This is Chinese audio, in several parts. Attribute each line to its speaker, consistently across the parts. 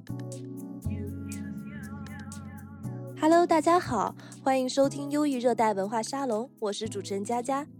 Speaker 1: Hello， 大家好，欢迎收听优异热带文化沙龙，我是主持人佳佳。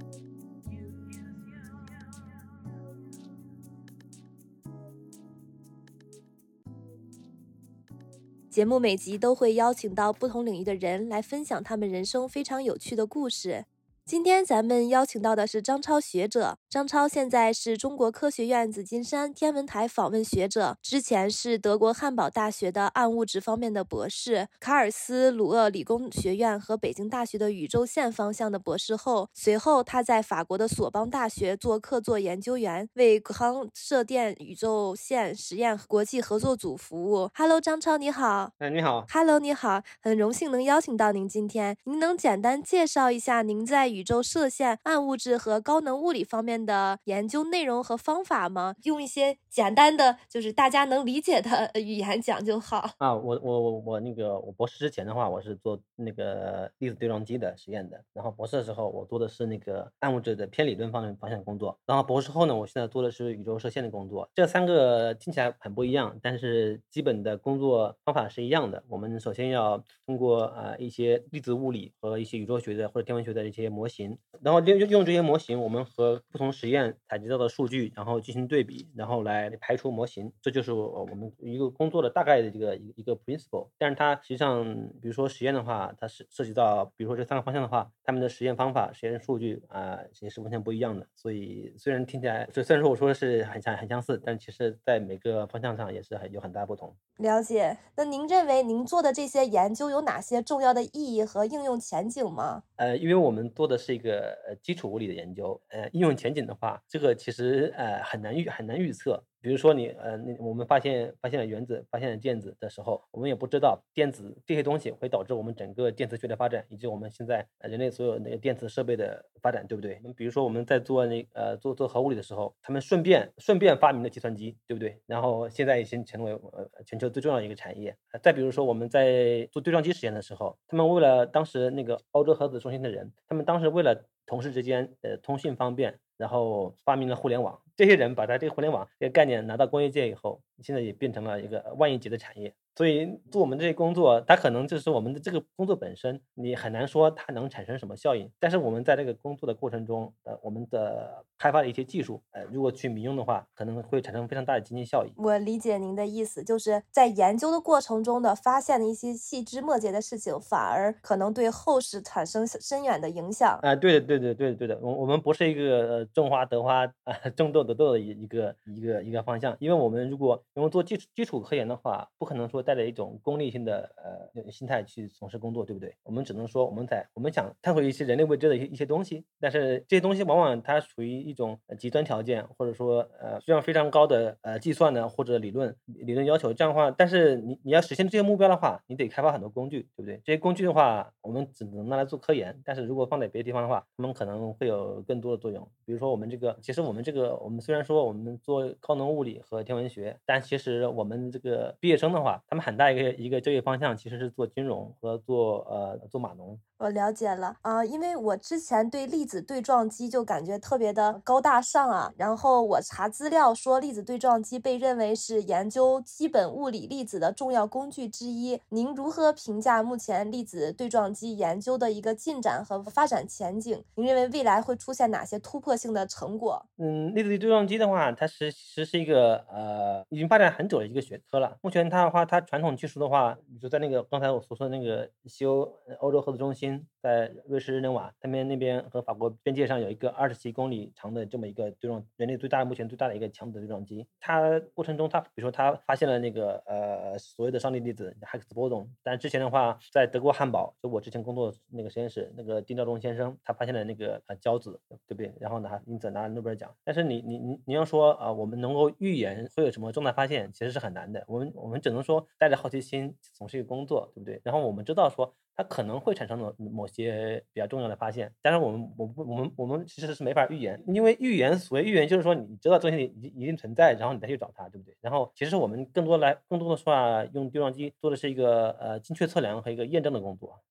Speaker 1: 节目每集都会邀请到不同领域的人来分享他们人生非常有趣的故事。今天咱们邀请到的是张超学者，张超现在是中国科学院紫金山天文台访问学者，之前是德国汉堡大学的暗物质方面的博士，卡尔斯鲁厄理工学院和北京大学的宇宙线方向的博士后，随后他在法国的索邦大学做客座研究员，为康射电宇宙线实验国际合作组服务。Hello， 张超你好。
Speaker 2: 你好。
Speaker 1: Hello， 你好，很荣幸能邀请到您今天。您能简单介绍一下您在宇宙射线、暗物质和高能物理方面的研究内容和方法吗？用一些简单的，就是大家能理解的语言讲就好。
Speaker 2: 我博士之前的话，我是做那个粒子对撞机的实验的，然后博士的时候我做的是那个暗物质的偏理论方向工作，然后博士后呢，我现在做的是宇宙射线的工作。这三个听起来很不一样，但是基本的工作方法是一样的。我们首先要通过一些粒子物理和一些宇宙学的或者天文学的一些模型，然后用这些模型，我们和不同实验采集到的数据，然后进行对比，然后来排除模型。这就是我们一个工作的大概的一个 principle。但是它实际上，比如说实验的话，它是涉及到，比如说这三个方向的话，他们的实验方法、实验数据也是完全不一样的。所以虽然听起来，虽然说我说的是很相似，但其实在每个方向上也是有很大不同。
Speaker 1: 了解。那您认为您做的这些研究有哪些重要的意义和应用前景吗？
Speaker 2: 因为我们做的是一个基础物理的研究，应用前景的话，这个其实很难预测。比如说我们发现了原子，发现了电子的时候，我们也不知道电子这些东西会导致我们整个电磁学的发展，以及我们现在人类所有那个电磁设备的发展，对不对？比如说我们在做做核物理的时候，他们顺便发明了计算机，对不对？然后现在已经成为全球最重要的一个产业。再比如说我们在做对撞机实验的时候，他们为了当时那个欧洲核子中心的人，他们当时为了同事之间通信方便，然后发明了互联网。这些人把这个互联网这个概念拿到工业界以后，现在也变成了一个万亿级的产业。所以做我们这些工作，它可能就是我们的这个工作本身，你很难说它能产生什么效应。但是我们在这个工作的过程中，我们的开发的一些技术，如果去民用的话，可能会产生非常大的经济效益。
Speaker 1: 我理解您的意思，就是在研究的过程中的发现的一些细枝末节的事情，反而可能对后世产生深远的影响。
Speaker 2: 对的。我们不是一个种花得花种豆得豆的一个方向。因为我们如果做基础科研的话，不可能说带着一种功利性的心态去从事工作，对不对？我们只能说我们想探索一些人类未知的一些东西，但是这些东西往往它属于一种极端条件，或者说需要非常高的计算呢，或者理论要求。这样的话，但是你要实现这些目标的话，你得开发很多工具，对不对？这些工具的话，我们只能拿来做科研，但是如果放在别的地方的话，他们可能会有更多的作用。比如说我们我们虽然说我们做高能物理和天文学，但其实我们这个毕业生的话，他们很大一个就业方向其实是做金融和做码农。
Speaker 1: 我了解了因为我之前对粒子对撞机就感觉特别的高大上啊，然后我查资料说粒子对撞机被认为是研究基本物理粒子的重要工具之一。您如何评价目前粒子对撞机研究的一个进展和发展前景？您认为未来会出现哪些突破性的成果？
Speaker 2: 粒子对撞机的话，它其实是一个已经发展很久的一个学科了。目前它的话，它传统技术的话，就在那个刚才我所说的那个西欧洲合作中心，在瑞士日内瓦那边和法国边界上有一个27公里长的这么一个人类目前最大的一个强子对撞机。它过程中，比如说它发现了那个所谓的上帝粒子 Higgs 波动，但之前的话，在德国汉堡，就我之前工作那个实验室，那个丁肇中先生他发现了那个胶子，对不对？然后因此拿了诺贝尔奖。但是你要说我们能够预言会有什么重大发现，其实是很难的。我们只能说带着好奇心从事一个工作，对不对？然后我们知道说它可能会产生某些比较重要的发现，但是我们其实是没法预言，因为所谓预言就是说你知道这些一定存在，然后你再去找它，对不对？然后其实我们更多的说用对撞机做的是一个精确测量和一个验证的工作。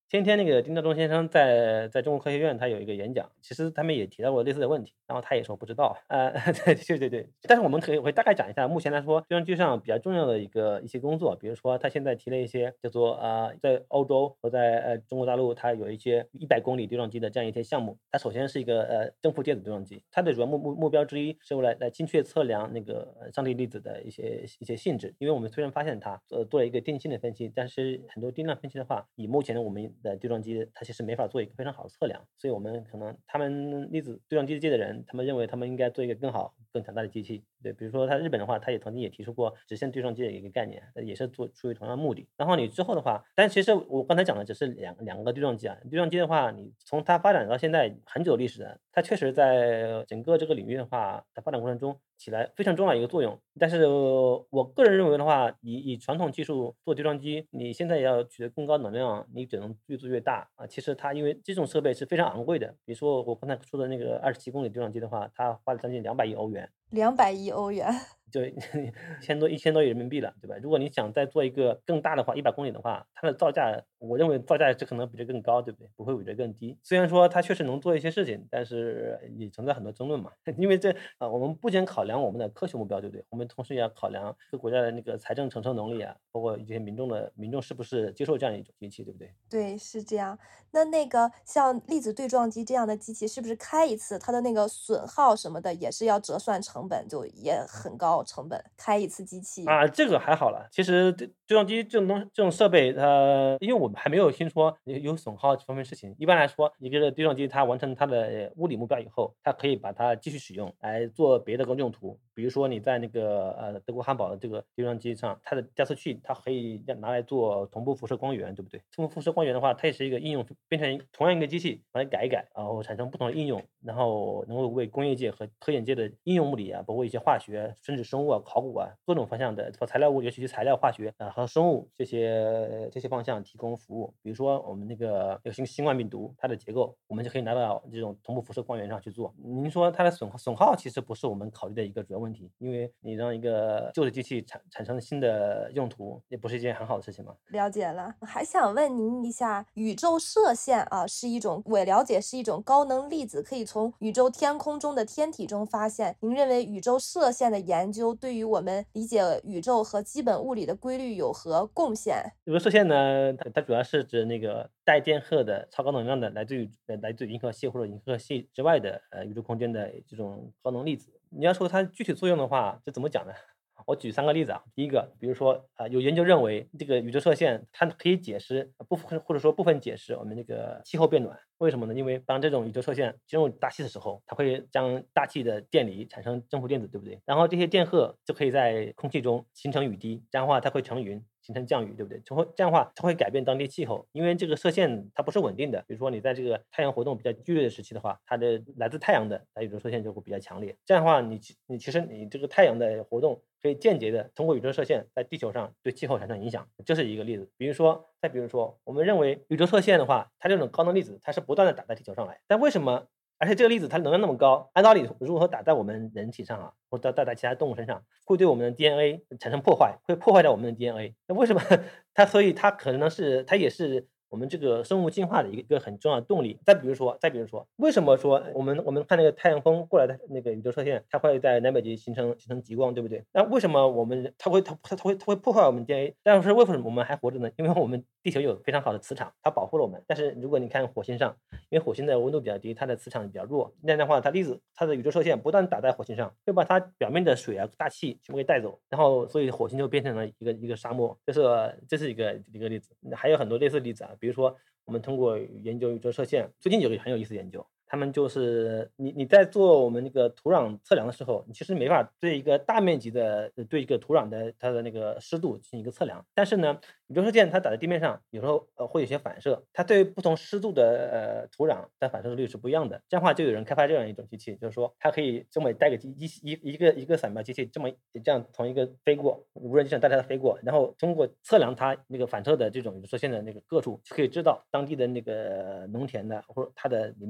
Speaker 2: 前天那个丁肇中先生在中国科学院他有一个演讲，其实他们也提到过类似的问题，然后他也说不知道，对，但是我会大概讲一下，目前来说，计算机上比较重要的一些工作，比如说他现在提了一些叫做在欧洲和在中国大陆，它有一些100公里对撞机的这样一些项目。它首先是一个正负电子对撞机，它的主要目标之一是为了来精确测量那个上帝粒子的一些性质，因为我们虽然发现它做了一个定性的分析，但是很多定量分析的话，以目前我们的对撞机，它其实没法做一个非常好的测量，所以我们可能他们粒子对撞机界的人，他们认为他们应该做一个更好、更强大的机器。对，比如说日本的话，他也曾经提出过直线对撞机的一个概念，也是出于同样的目的。然后你之后的话，但其实我刚才讲的只是两个对撞机啊，对撞机的话，你从它发展到现在很久历史的，它确实在整个这个领域的话，在发展过程中起来非常重要的一个作用。但是我个人认为的话，以传统技术做对撞机，你现在要取得更高能量，你只能越做越大啊。其实它因为这种设备是非常昂贵的，比如说我刚才说的那个27公里对撞机的话，它花了将近200亿欧元。
Speaker 1: 200亿欧元。
Speaker 2: 就1000多亿人民币了，对吧？如果你想再做一个更大的话100公里的话，它的造价，我认为造价这可能比这更高，对不对？不会比这更低。虽然说它确实能做一些事情，但是也存在很多争论嘛。因为我们不仅考量我们的科学目标，对不对？我们同时也要考量这个国家的那个财政承受能力啊，包括一些民众是不是接受这样一种机器，对不对？
Speaker 1: 对，是这样。那个像粒子对撞机这样的机器，是不是开一次它的那个损耗什么的也是要折算成本，就也很高成本，开一次机器。
Speaker 2: 这个还好了。其实对撞机这种设备，因为我们还没有听说有损耗这方面事情。一般来说，一个对撞机它完成它的物理目标以后，它可以把它继续使用来做别的用途。比如说你在那个德国汉堡的这个对撞机上，它的加速器它可以拿来做同步辐射光源，对不对？同步辐射光源的话，它也是一个应用，变成同样一个机器，把它改一改，然后产生不同的应用，然后能够为工业界和科研界的应用物理啊，包括一些化学、甚至生物啊、考古啊各种方向的材料物，尤其是材料化学和生物这些方向提供服务。比如说我们那个有新冠病毒，它的结构，我们就可以拿到这种同步辐射光源上去做。您说它的损耗其实不是我们考虑的一个主要问题，因为你让一个旧的机器产生新的用途，也不是一件很好的事情嘛。
Speaker 1: 了解了，还想问您一下，宇宙射线啊，我了解是一种高能粒子，可以从宇宙天空中的天体中发现。您认为宇宙射线的研究对于我们理解宇宙和基本物理的规律有何贡献？
Speaker 2: 宇宙射线呢，它主要是指那个带电荷的超高能量的，来自于银河系或者银河系之外的宇宙空间的这种高能粒子。你要说它具体作用的话，这怎么讲呢？我举3个例子啊。第一个，比如说有研究认为这个宇宙射线它可以解释部分解释我们这个气候变暖。为什么呢？因为当这种宇宙射线进入大气的时候，它会将大气的电离产生正负电子，对不对？然后这些电荷就可以在空气中形成雨滴，这样的话它会成云，形成降雨，对不对？这样的话它会改变当地气候，因为这个射线它不是稳定的。比如说你在这个太阳活动比较剧烈的时期的话，它的来自太阳的宇宙射线就会比较强烈。这样的话，其实你这个太阳的活动可以间接的通过宇宙射线在地球上对气候产生影响，这是一个例子。再比如说，我们认为宇宙射线的话，它这种高能粒子它是不断的打在地球上来，但为什么？而且这个粒子它能量那么高，按道理如果打在我们人体上啊，或者打在其他动物身上，会对我们的 DNA 产生破坏，会破坏掉我们的 DNA。那为什么所以它可能它也是我们这个生物进化的一个很重要的动力。再比如说，为什么说我们看那个太阳风过来的那个宇宙射线，它会在南北极形成极光，对不对？那为什么它会破坏我们 DNA？但是为什么我们还活着呢？因为我们地球有非常好的磁场，它保护了我们。但是如果你看火星上，因为火星的温度比较低，它的磁场比较弱，那样的话，它的宇宙射线不断打在火星上，会把它表面的水啊、大气全部给带走，然后所以火星就变成了一个沙漠。这是一个例子，还有很多类似的例子啊。比如说，我们通过研究宇宙射线，最近有个很有意思的研究，他们就是你在做我们那个土壤测量的时候，你其实没法对一个大面积的对一个土壤的它的那个湿度进行一个测量。但是呢，宇宙射线它打在地面上，有时候会有些反射，它对不同湿度的土壤它反射率是不一样的。这样的话，就有人开发这样一种机器，就是说它可以这么带个一个扫描机器，这样从一个无人机上带它飞过，然后通过测量它那个反射的这种宇宙射线的那个个数，就可以知道当地的那个农田的或者它的里面的湿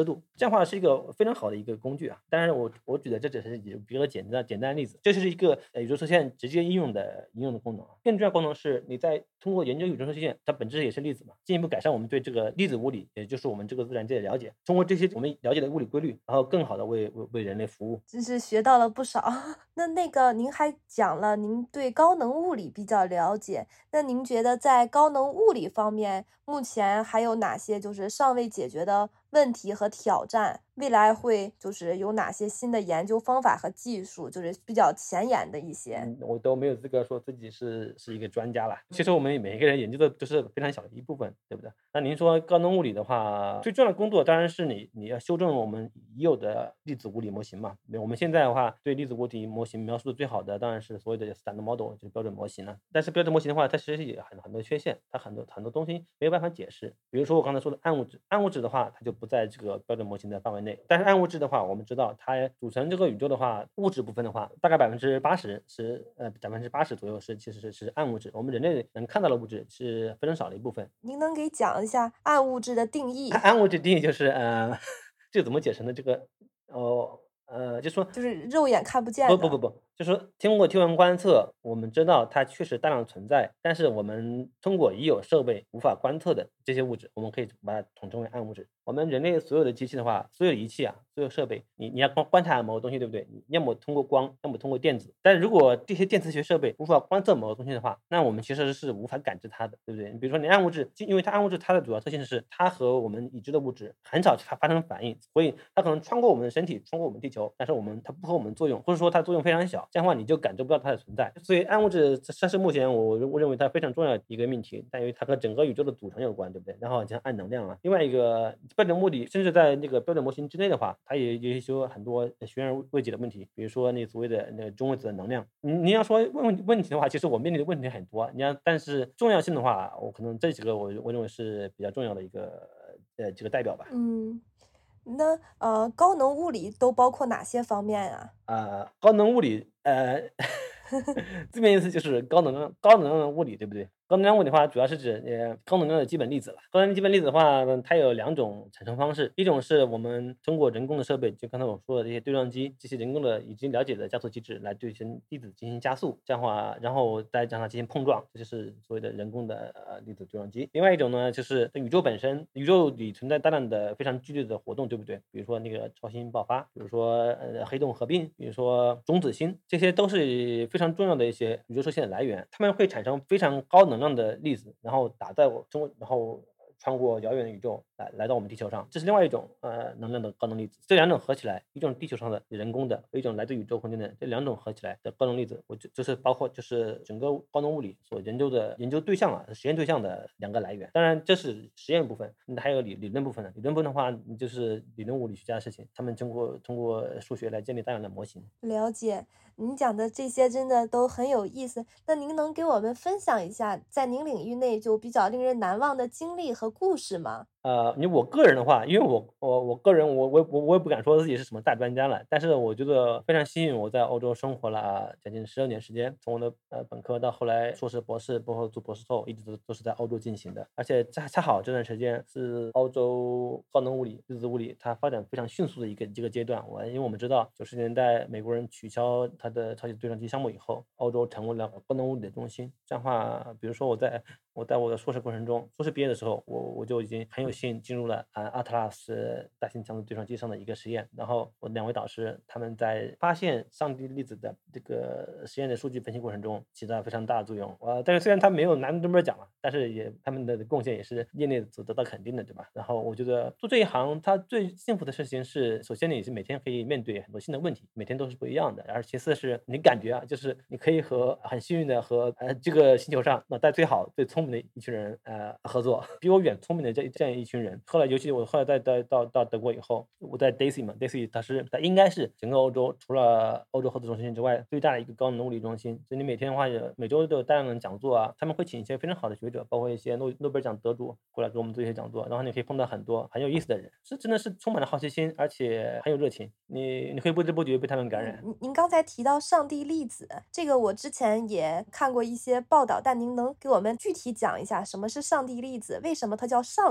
Speaker 2: 度，这样的话是一个非常好的一个工具啊。当然我举的这只是比较简单的例子，这是一个宇宙射线直接应用的功能啊。更重要的功能是你在通过研究宇宙射线，它本质也是粒子嘛，进一步改善我们对这个粒子物理，也就是我们这个自然界的了解。通过这些我们了解的物理规律，然后更好的为人类服务。
Speaker 1: 真是学到了不少。那个您还讲了您对高能物理比较了解，那您觉得在高能物理方面，目前还有哪些就是尚未解决的问题和挑战？未来会就是有哪些新的研究方法和技术，就是比较前沿的一些？
Speaker 2: 我都没有资格说自己是一个专家了。其实我们每一个人研究的都是非常小的一部分，对不对？那您说高能物理的话，最重要的工作当然是你要修正我们已有的粒子物理模型嘛。我们现在的话，对粒子物理模型描述的最好的当然是所谓的 standard model，就是标准模型了。但是标准模型的话，它其实也很多缺陷，它很多东西没有办法解释。比如说我刚才说的暗物质，暗物质的话，它就不在这个标准模型的范围内。但是暗物质的话，我们知道它组成这个宇宙的话，物质部分的话，大概80%是80%左右其实是暗物质。我们人类能看到的物质是非常少的一部分。
Speaker 1: 您能给讲一下暗物质的定义？
Speaker 2: 暗物质定义就是这个怎么解释呢？这个就说
Speaker 1: 就是肉眼看不见的。
Speaker 2: 不，就说通过天文观测，我们知道它确实大量存在，但是我们通过已有设备无法观测的这些物质，我们可以把它统称为暗物质。我们人类所有的机器的话，所有的仪器啊，所有设备，你要观察某个东西，对不对？你要么通过光，要么通过电子。但如果这些电磁学设备无法观测某个东西的话，那我们其实是无法感知它的，对不对？你比如说你暗物质，因为它暗物质它的主要特性是它和我们已知的物质很少发生反应，所以它可能穿过我们的身体，穿过我们地球，但是它不和我们作用，或者说它作用非常小，这样的话你就感知不到它的存在。所以暗物质这是目前我认为它非常重要的一个命题，在于它和整个宇宙的组成有关，对不对？然后像暗能量啊，另外一个标准物理，甚至在那个标准模型之内的话，它也有很多悬而未解的问题，比如说那所谓的那个中微子的能量。你要说问题的话，其实我面临的问题很多，但是重要性的话，我可能这几个我认为是比较重要的一个几个代表吧。
Speaker 1: 嗯，那高能物理都包括哪些方面啊？
Speaker 2: 高能物理，字面意思就是高能量的物理，对不对？高能量物理的话，主要是指高能量的基本粒子了。高能量基本粒子的话，它有两种产生方式，一种是我们通过人工的设备，就刚才我说的这些对撞机，这些人工的已经了解的加速机制来对粒子进行加速，这样的话，然后再让它进行碰撞，这就是所谓的人工的粒子对撞机。另外一种呢，就是宇宙本身，宇宙里存在大量的非常剧烈的活动，对不对？比如说那个超新星爆发，比如说黑洞合并，比如说中子星，这些都是非常重要的一些宇宙射线的来源，它们会产生非常高能量的粒子，然后打在然后穿过遥远的宇宙来到我们地球上，这是另外一种能量的高能粒子。这两种合起来，一种地球上的人工的，一种来自宇宙空间的，这两种合起来的高能粒子，就是包括就是整个高能物理所研究的研究对象啊，实验对象的两个来源。当然这是实验部分，还有理论部分的。理论部分的话，就是理论物理学家的事情，他们通过数学来建立大量的模型。
Speaker 1: 了解，您讲的这些真的都很有意思。那您能给我们分享一下，在您领域内就比较令人难忘的经历和故事吗？
Speaker 2: 我个人的话，因为我个人我也不敢说自己是什么大专家了，但是我觉得非常幸运，我在欧洲生活了将近12年时间，从我的本科到后来硕士、博士，包括做博士后，一直都是在欧洲进行的。而且恰好这段时间是欧洲高能物理、粒子物理它发展非常迅速的一个阶段。因为我们知道90年代美国人取消他的超级对讲机项目以后，欧洲成为了高能物理的中心。这样的话，比如说我在我的硕士过程中，硕士毕业的时候，我就已经很有幸进入了阿特拉斯大型强子对撞机上的一个实验。然后我两位导师他们在发现上帝粒子的这个实验的数据分析过程中起到非常大的作用。但是虽然他们没有拿诺贝尔奖嘛，但是他们的贡献也是业内所得到肯定的，对吧？然后我觉得做这一行，他最幸福的事情是，首先你是每天可以面对很多新的问题，每天都是不一样的。而其次是你感觉就是你可以很幸运的和这个星球上在最好最聪明的一群人合作，比我远聪明的这样一群人。尤其我后来到德国以后，我在 DAISY 嘛，DAISY 它应该是整个欧洲除了欧洲合作中心之外最大的一个高能物理中心。所以你每天的话每周都有大量的讲座啊，他们会请一些非常好的学者，包括一些诺贝尔奖得主过来给我们做一些讲座，然后你可以碰到很多很有意思的人，真的是充满了好奇心，而且很有热情，你会不知不觉被他们感染。
Speaker 1: 您刚才提到上帝粒子，这个我之前也看过一些报道，但您能给我们具体讲一下什么是上帝粒子？为什么它叫上帝粒子？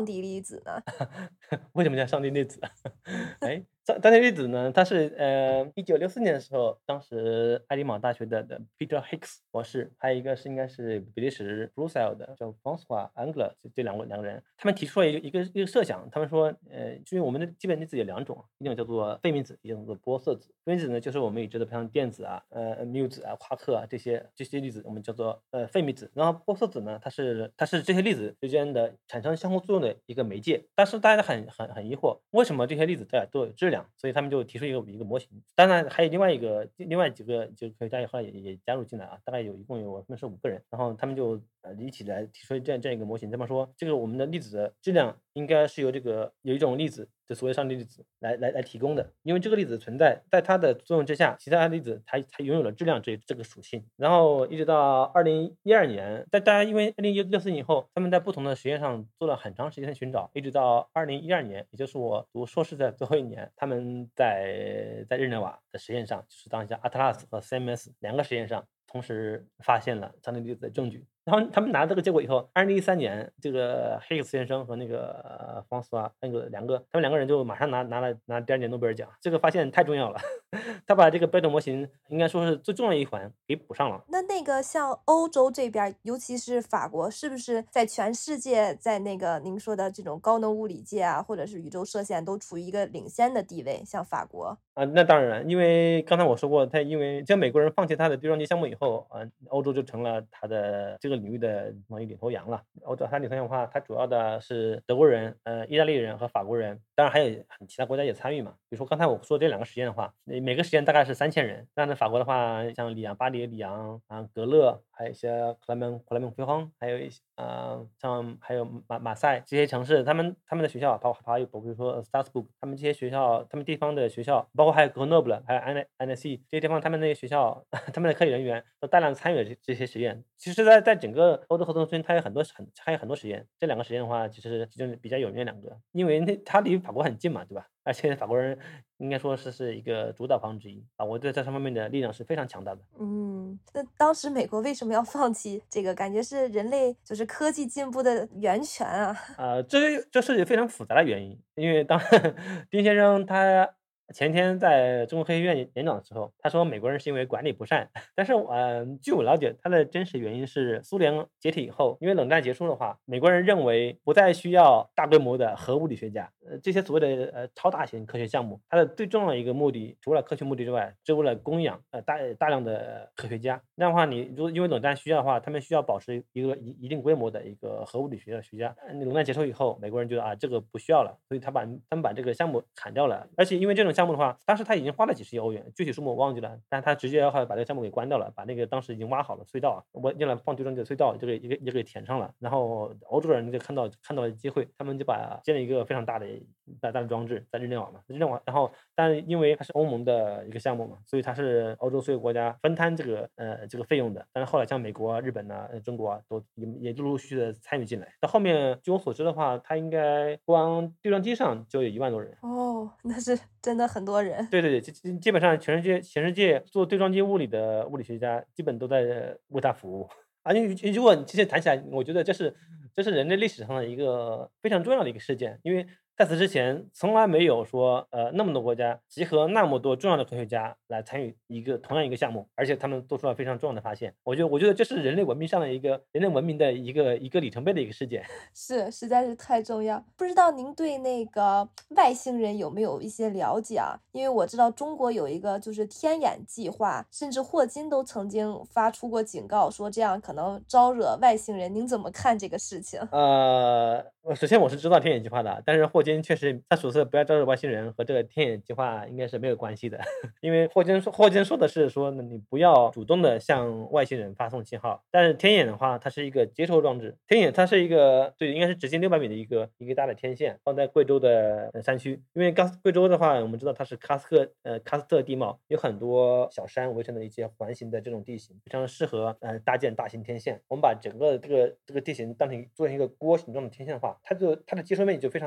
Speaker 1: 子呢？
Speaker 2: 为什么叫上帝粒子？哎，张帝粒子呢，它是1964年的时候，当时爱丁堡大学的 Peter Higgs 博士，还有一个是应该是比利时 Brussels 的叫 François Angler 这两个人，他们提出了一个设想，他们说，因为我们的基本粒子有两种，一种叫做费米子，一种叫做玻色子。费米子呢，就是我们已知的像电子啊、缪子啊、夸克啊这些粒子，我们叫做费米子。然后玻色子呢，它是这些粒子之间的产生相互作用的一个媒介。但是大家很疑惑，为什么这些粒子都有质量？所以他们就提出一个模型。当然还有另外几个就科学家后来也加入进来啊，大概一共有他们是5个人，然后他们就一起来提出这样一个模型，他们说这个我们的粒子的质量应该是由有一种粒子，就所谓上帝粒子来提供的，因为这个粒子存在，在它的作用之下，其他的粒子才拥有了质量这个属性。然后一直到2012年，大家因为2064年以后，他们在不同的实验上做了很长时间的寻找，一直到2012年，也就是我读硕士的最后一年，他们在日内瓦的实验上，就是当下 Atlas 和 CMS 两个实验上同时发现了上帝粒子的证据。然后他们拿到这个结果以后，2013年这个黑克斯先生和那个方斯啊，他们两个人就马上拿第2届诺贝尔奖。这个发现太重要了，他把这个标准模型应该说是最重要的一环给补上了。
Speaker 1: 那个像欧洲这边，尤其是法国，是不是在全世界，在那个您说的这种高能物理界啊，或者是宇宙射线，都处于一个领先的地位？像法国，
Speaker 2: 啊，那当然，因为刚才我说过，因为将美国人放弃他的对撞机项目以后，欧洲就成了他的这个领域的领头羊了。欧洲它领头羊的话，它主要的是德国人、意大利人和法国人，当然还有其他国家也参与嘛。比如说刚才我说这2个实验的话，每个实验大概是3000人。那在法国的话，像巴黎、里昂啊、格勒，还有一些克莱蒙菲亨，还有一些像还有马赛这些城市，他们的学校，还有比如说 Strasbourg，他们这些学校，他们地方的学校，包括还有格诺布勒，还有安内西这些地方，他们那些学校，他们的科研人员都大量参与了这些实验。其实在整个欧洲合作村，它有很多实验。这2个实验的话，其实比较有名的2个，因为它离法国很近嘛，对吧？而且法国人应该说是一个主导方之一啊，我对这方面的力量是非常强大的。
Speaker 1: 那当时美国为什么要放弃这个？感觉是人类就是科技进步的源泉啊。
Speaker 2: 这是非常复杂的原因，因为丁先生他前天在中国科学院演讲的时候，他说美国人是因为管理不善，但是据我了解，他的真实原因是苏联解体以后，因为冷战结束的话，美国人认为不再需要大规模的核物理学家，这些所谓的超大型科学项目，它的最重要的一个目的，除了科学目的之外，是为了供养大量的科学家。那样的话，你如果因为冷战需要的话，他们需要保持一定规模的一个核物理学家。冷战结束以后，美国人觉得这个不需要了，所以他们把这个项目砍掉了。而且因为这种项目的话，当时他已经花了几十亿欧元，具体数目我忘记了，但他直接把这个项目给关掉了，把那个当时已经挖好了隧道，我用来放对撞机的隧道，也给填上了。然后欧洲人就看到了机会，他们就建了一个非常大的装置在日内瓦嘛，然后但因为它是欧盟的一个项目嘛，所以它是欧洲所有国家分摊这个费用的。但是后来像美国、日本中国也陆陆续续的参与进来。到后面据我所知的话，它应该光对撞机上就有1万多人。
Speaker 1: 哦，那是真的很多人。
Speaker 2: 对对对，基本上全世界做对撞机物理的物理学家，基本都在为它服务。如果你其实谈起来，我觉得这是人类历史上的一个非常重要的一个事件，因为在此之前从来没有说那么多国家集合那么多重要的科学家来参与同样一个项目，而且他们做出了非常重要的发现。我觉得这是人类文明的一个里程碑的一个事件。
Speaker 1: 是，实在是太重要。不知道您对那个外星人有没有一些了解啊？因为我知道中国有一个就是天眼计划，甚至霍金都曾经发出过警告，说这样可能招惹外星人。您怎么看这个事情？
Speaker 2: 首先我是知道天眼计划的，但是霍金确实他所说的不要招惹外星人和这个天眼计划应该是没有关系的，因为霍金说的是说你不要主动的向外星人发送信号，但是天眼的话，它是一个接收装置，天眼它是应该是直径600米的一个大的天线，放在贵州的山区，因为贵州的话，我们知道它是喀斯特地貌，有很多小山围成的一些环形的这种地形，非常适合搭建大型天线。我们把整个这个地形做成一个锅形状的天线的话，它的接收面积就非常大，所以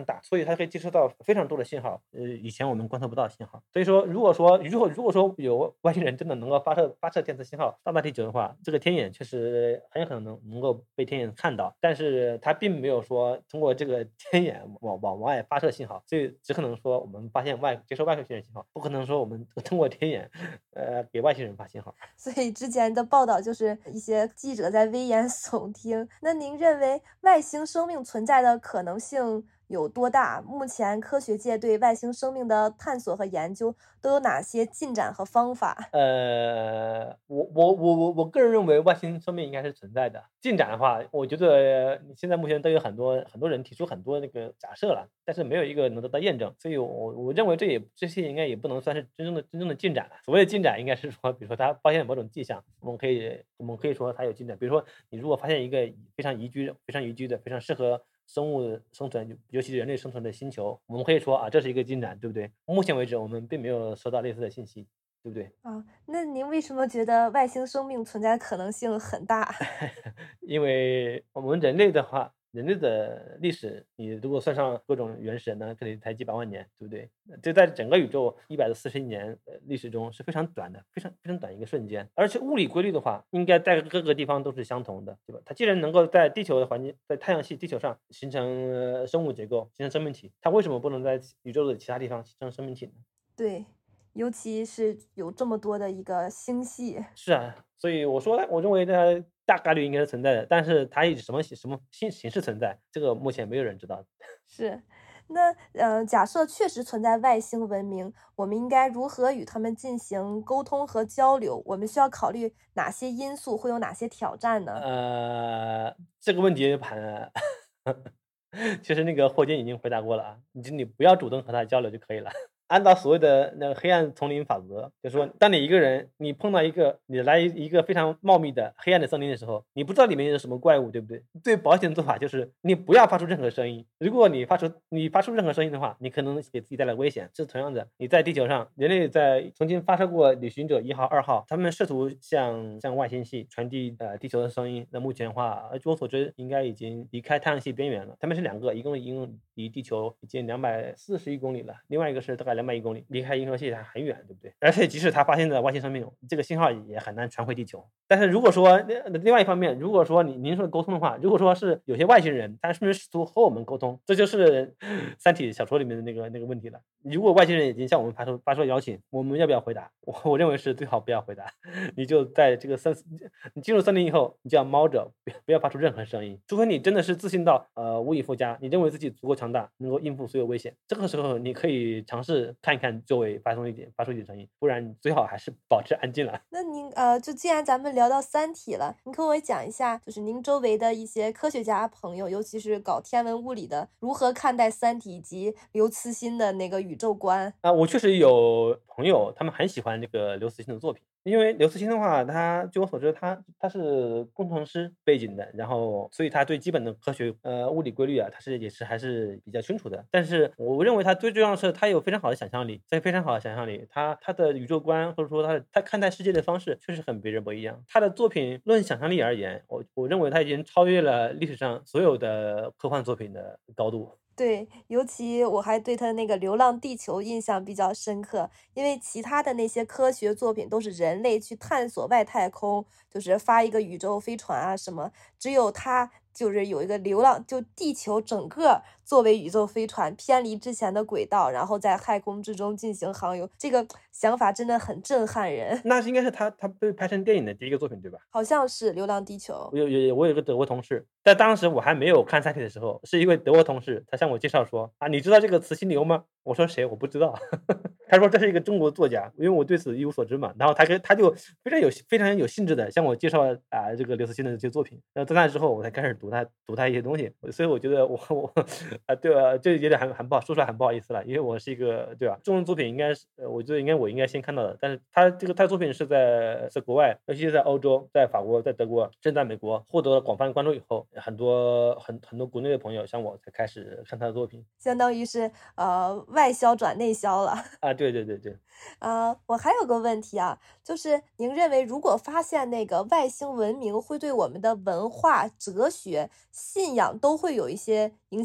Speaker 2: 它可以接收到非常多的信号，以前我们观测不到的信号。所以说，如果说有外星人真的能够发射电磁信号到达地球的话，这个天眼确实很有可能能够被天眼看到，但是它并没有说通过这个天眼往外发射信号，所以只可能说我们接收外星人信号，不可能说我们通过天眼给外星人发信号。
Speaker 1: 所以之前的报道就是一些记者在危言耸听。那您认为外星生命存在的可能性有多大？目前科学界对外星生命的探索和研究都有哪些进展和方法？
Speaker 2: 我个人认为外星生命应该是存在的。进展的话，我觉得现在目前都有很多人提出很多那个假设了，但是没有一个能得到验证，所以我认为这些应该也不能算是真正的进展了。所谓的进展，应该是说，比如说他发现某种迹象，我们可以说它有进展。比如说，你如果发现一个非常宜居的、非常适合生物生存，尤其是人类生存的星球，我们可以说啊，这是一个进展，对不对？目前为止，我们并没有收到类似的信息，对不对？
Speaker 1: 那您为什么觉得外星生命存在的可能性很大？
Speaker 2: 因为我们人类的话，人类的历史，你如果算上各种原始人呢，可能才几百万年，对不对？这在整个宇宙140亿年历史中是非常短的，非常非常短一个瞬间。而且物理规律的话，应该在各个地方都是相同的，对吧？它既然能够在地球的环境，在太阳系地球上形成生物结构，形成生命体，它为什么不能在宇宙的其他地方形成生命体呢？
Speaker 1: 对，尤其是有这么多的一个星系。
Speaker 2: 是啊，所以我认为它大概率应该是存在的，但是它以什么形式存在，这个目前没有人知道。
Speaker 1: 是，那假设确实存在外星文明，我们应该如何与他们进行沟通和交流？我们需要考虑哪些因素，会有哪些挑战呢？
Speaker 2: 这个问题盘，其实那个霍金已经回答过了啊，你不要主动和他交流就可以了。按照所谓的那个黑暗丛林法则，就是说，当你一个人你碰到一个非常茂密的黑暗的森林的时候，你不知道里面有什么怪物，对不对？最保险的做法就是你不要发出任何声音。如果你发出任何声音的话，你可能给自己带来危险。是同样的，你在地球上，人类曾经发射过旅行者1号、2号，他们试图向外星系传递地球的声音。那目前的话，据我所知，应该已经离开太阳系边缘了。他们是两个，一共离地球已经240亿公里了，另外一个是大概200亿公里，离开银河系还很远，对不对？而且即使他发现的外星生命，这个信号也很难传回地球。但是如果说另外一方面，如果说您说的沟通的话，如果说是有些外星人，他是不是试图和我们沟通，这就是《三体》小说里面的那个问题了。如果外星人已经向我们发出邀请，我们要不要回答？我认为是最好不要回答。你就在这个你进入森林以后，你就要猫着，不要发出任何声音，除非你真的是自信到无以复加，你认为自己足够强大，能够应付所有危险。这个时候你可以尝试看一看周围，发出一点声音，不然最好还是保持安静了。
Speaker 1: 那您就既然咱们聊到《三体》了，您跟我讲一下，就是您周围的一些科学家朋友，尤其是搞天文物理的，如何看待《三体》以及刘慈欣的那个宇宙观？
Speaker 2: 我确实有朋友，他们很喜欢这个刘慈欣的作品。因为刘慈欣的话，据我所知，他是工程师背景的，然后所以他对基本的科学物理规律啊，还是比较清楚的。但是我认为他最重要的是，他有非常好的想象力，他的宇宙观或者说他看待世界的方式，确实和别人不一样。他的作品论想象力而言，我认为他已经超越了历史上所有的科幻作品的高度。
Speaker 1: 对，尤其我还对他那个《流浪地球》印象比较深刻，因为其他的那些科学作品都是人类去探索外太空，就是发一个宇宙飞船啊什么，只有他就是有一个就地球整个作为宇宙飞船偏离之前的轨道，然后在太空之中进行航游，这个想法真的很震撼人。
Speaker 2: 那应该是他被拍成电影的第一个作品，对吧？
Speaker 1: 好像是《流浪地球》。
Speaker 2: 我有个德国同事，在当时我还没有看《三体》的时候，是一位德国同事，他向我介绍说你知道这个磁心流吗？我说谁？我不知道。他说这是一个中国作家，因为我对此一无所知嘛。然后他就非常有兴致的向我介绍这个刘慈欣的这些作品。然后在那之后，我才开始读他一些东西。所以我觉得对吧？这有点很不好说出来，很不好意思了，因为我是一个对吧？中文作品应该是我觉得我应该先看到的。但是他的作品是在国外，尤其是在欧洲，在法国，在德国，甚至在美国获得了广泛关注以后，很多国内的朋友像我才开始看他的作品。
Speaker 1: 相当于是外销转内销了。
Speaker 2: 对。
Speaker 1: 我还有个问题啊，就是您认为如果发现那个外星文明会对我们的文化、哲学、信仰都会有一些影响和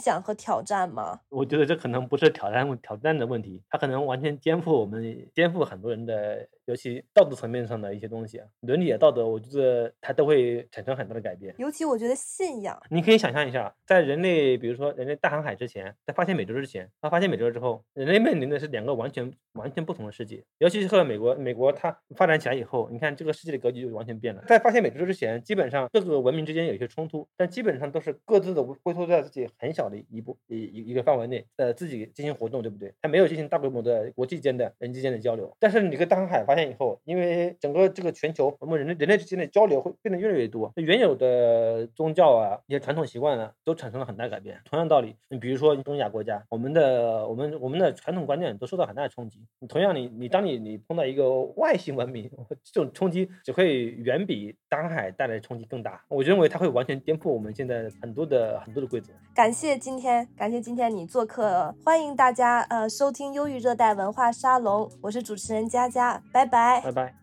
Speaker 1: 挑战吗？
Speaker 2: 我觉得这可能不是挑战的问题，它可能完全颠覆很多人的，尤其道德层面上的一些东西啊，伦理啊、道德，我觉得它都会产生很大的改变。
Speaker 1: 尤其我觉得信仰，
Speaker 2: 你可以想象一下，在人类比如说人类大航海之前，在发现美洲之前，发现美洲之后，人类面临的是两个完全不同的世界。尤其是后来美国它发展起来以后，你看这个世界的格局就完全变了。在发现美洲之前，基本上各个文明之间有一些冲突，但基本上都是各自的龟缩在自己很小的一个范围内，自己进行活动，对不对？它没有进行大规模的国际间的人之间的交流。但是你跟大航海发现以后，因为整个这个全球，我们人类之间的交流会变得越来越多，原有的宗教啊、一些传统习惯啊，都产生了很大改变。同样道理，你比如说东亚国家，我们的传统观念都受到很大的冲击。同样当你碰到一个外星文明，这种冲击只会远比大航海带来的冲击更大。我认为它会完全颠覆我们现在很多的规则。
Speaker 1: 感谢今天你做客，欢迎大家收听优育热带文化沙龙，我是主持人佳佳，拜拜。
Speaker 2: 拜拜。